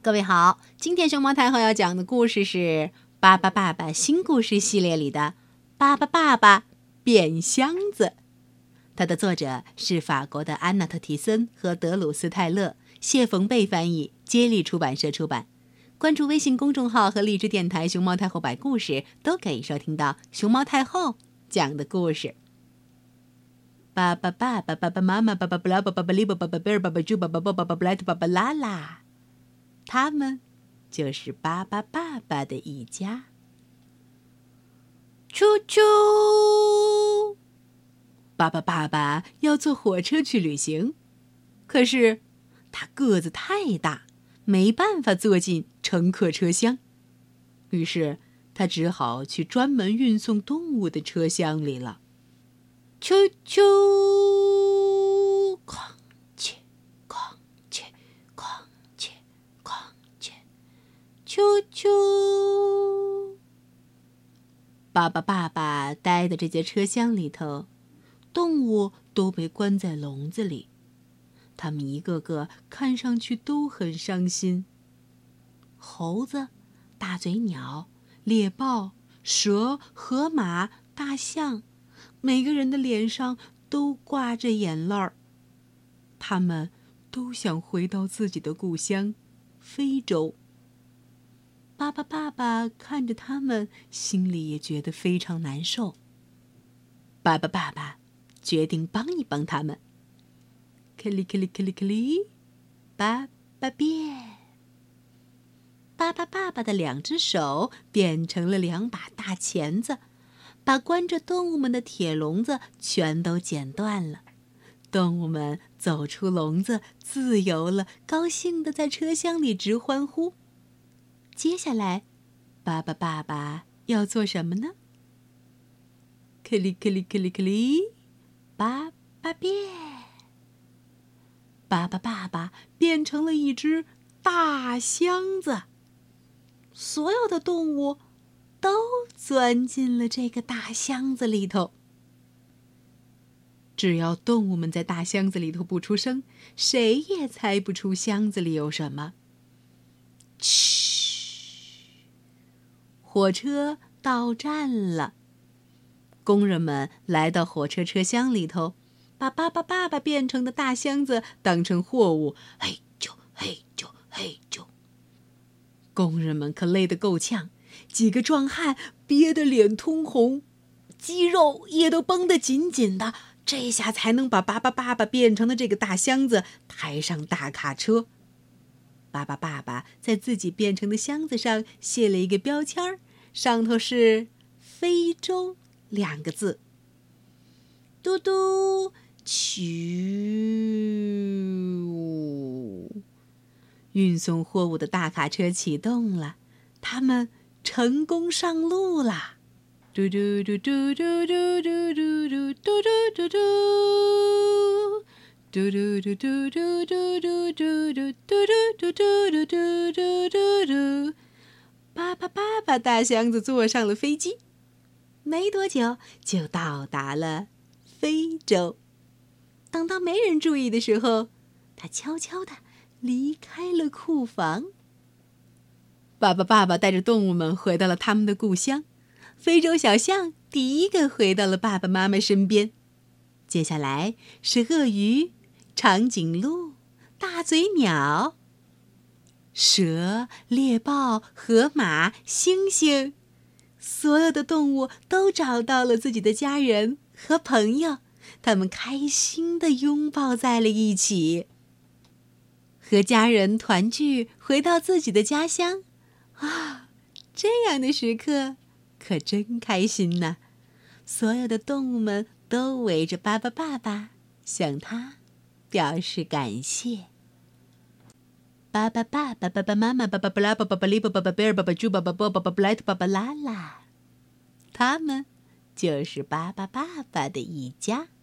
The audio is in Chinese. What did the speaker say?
各位好，今天熊猫太后要讲的故事是《巴巴爸爸新故事系列》里的《巴巴爸爸变箱子》。它的作者是法国的安娜特·提森和德鲁斯·泰勒，谢冯贝翻译，接力出版社出版。关注微信公众号和荔枝电台熊猫太后摆故事，都可以收听到熊猫太后讲的故事。巴巴爸爸、爸爸妈妈、爸爸布拉、爸爸利巴、爸爸贝尔、爸爸猪、爸爸波、爸爸布莱特、爸爸拉拉，他们就是巴巴爸爸的一家。啾啾！巴巴爸爸要坐火车去旅行，可是他个子太大，没办法坐进乘客车厢，于是他只好去专门运送动物的车厢里了。啾啾！哐切哐切哐切哐切，啾啾！巴巴爸爸待的这节车厢里头，动物都被关在笼子里，它们一个个看上去都很伤心。猴子、大嘴鸟、猎豹、蛇、河马、大象，每个人的脸上都挂着眼泪儿。他们都想回到自己的故乡非洲。巴巴爸爸看着他们，心里也觉得非常难受。巴巴爸爸决定帮一帮他们。克里克里克里克里，巴巴变。巴巴爸爸的两只手变成了两把大钳子，把关着动物们的铁笼子全都剪断了。动物们走出笼子，自由了，高兴地在车厢里直欢呼。接下来，巴巴爸爸要做什么呢？克里克里克里克里，巴巴变。巴巴爸爸变成了一只大箱子，所有的动物都钻进了这个大箱子里头。只要动物们在大箱子里头不出声，谁也猜不出箱子里有什么。嘘！火车到站了，工人们来到火车车厢里头，把巴巴爸爸变成的大箱子当成货物，嘿啾嘿啾嘿啾。工人们可累得够呛，几个壮汉憋得脸通红，肌肉也都绷得紧紧的，这下才能把巴巴爸爸变成的这个大箱子抬上大卡车。巴巴爸爸在自己变成的箱子上写了一个标签儿，上头是非洲2个字。嘟嘟咻！运送货物的大卡车启动了，他们成功上路了。嘟嘟嘟嘟嘟嘟嘟嘟嘟嘟嘟嘟，嘟嘟嘟嘟嘟嘟嘟嘟嘟嘟嘟嘟嘟嘟嘟嘟。巴巴爸爸大箱子坐上了飞机，没多久就到达了非洲。等到没人注意的时候，他悄悄地离开了库房。巴巴爸爸带着动物们回到了他们的故乡。非洲小象第一个回到了爸爸妈妈身边，接下来是鳄鱼、长颈鹿、大嘴鸟、蛇、猎豹、河马、猩猩，所有的动物都找到了自己的家人和朋友，他们开心地拥抱在了一起。和家人团聚，回到自己的家乡，啊，这样的时刻可真开心呐！所有的动物们都围着巴巴爸爸，向他表示感谢。巴巴爸爸、爸爸妈妈、爸爸布拉、爸爸利巴、爸爸贝尔、爸爸猪、爸爸波、爸爸布莱特、爸爸拉拉，他们就是巴巴爸爸的一家。